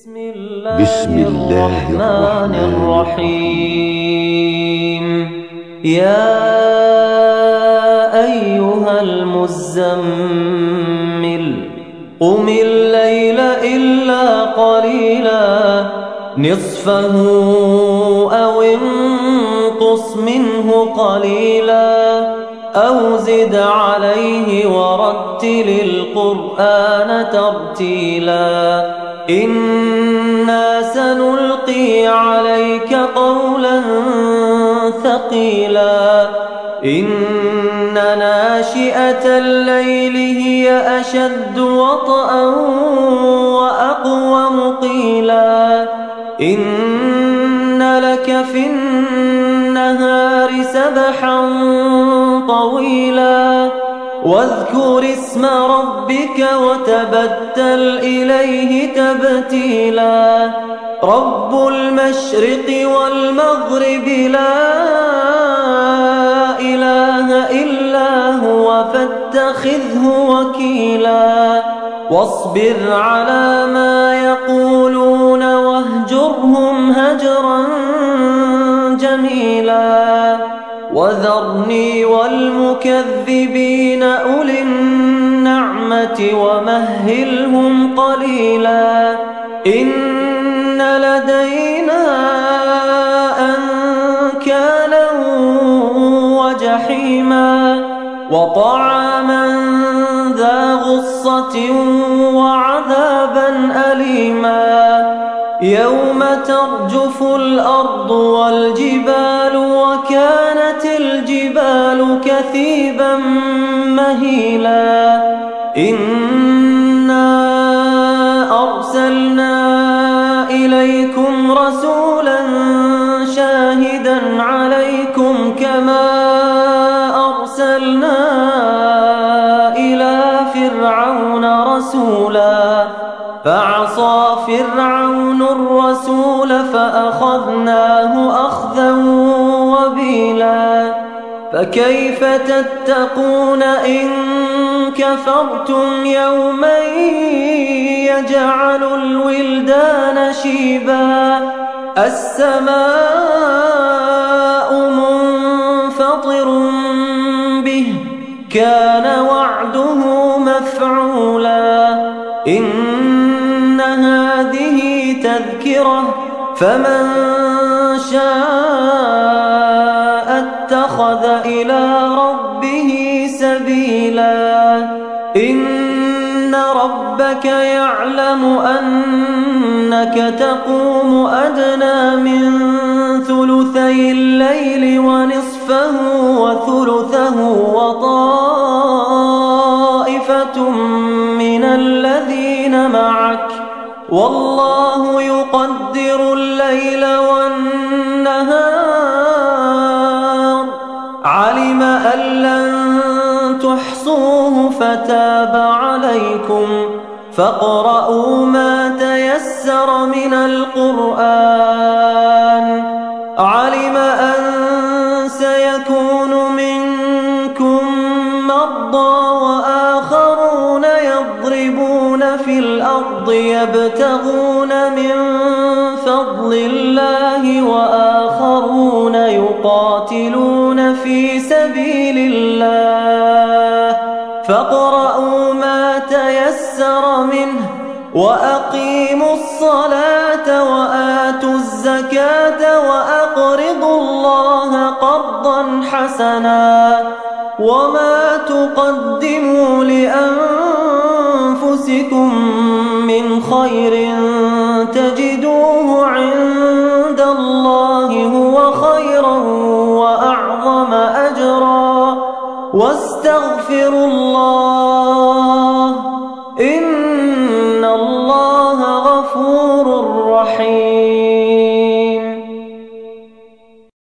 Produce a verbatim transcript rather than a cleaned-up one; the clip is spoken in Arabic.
بسم الله الرحمن الرحيم. يا أيها المزمل قم الليل إلا قليلا نصفه أو انقص منه قليلا أو زد عليه ورتل القرآن ترتيلا إنا سنلقي عليك قولا ثقيلا إن ناشئة الليل هي أشد وطئا وأقوم قيلا إن لك في النهار سبحا طويلا واذكر اسم ربك وتبتل إليه تبتيلا رب المشرق والمغرب لا إله إلا هو فاتخذه وكيلا واصبر على ما يقولون واهجرهم هجرا جميلا وذرني والمكذبين أولي النعمة ومهلهم قليلا إن لدينا أنكالا وجحيما وطعاما ذا غصة وعذابا أليما يوم ترجف الأرض والجبال وكانت الجبال كثيبا مهيلا إنا أرسلنا إليكم رسولا شاهدا عليكم كما أرسلنا إلى فرعون رسولا فعصى فرعون الرسول فأخذناه أخذا وبيلا فكيف تتقون إن كفرتم يوما يجعل الولدان شيبا السماء منفطر به كان وعده مفعولا إن هذه تذكرة فمن شاء اتخذ إلى ربه سبيلا إن ربك يعلم أنك تقوم أدنى من ثلثي الليل ونصفه وثلثه وطائفة من الذين معك والله يقدر الليل والنهار علم أن لن تحصوه فتاب عليكم فاقرؤوا ما تيسر من القرآن علم أن سيكون منكم مرضى وآخرون يضربون في الأرض يبتغون من فضل الله وآخرون يقاتلون في سبيل الله فاقرؤوا ما تيسر منه وأقيموا الصلاة وآتوا الزكاة وأقرضوا الله قرضا حسنا وما تقدموا لأنفسكم من خير تجدوه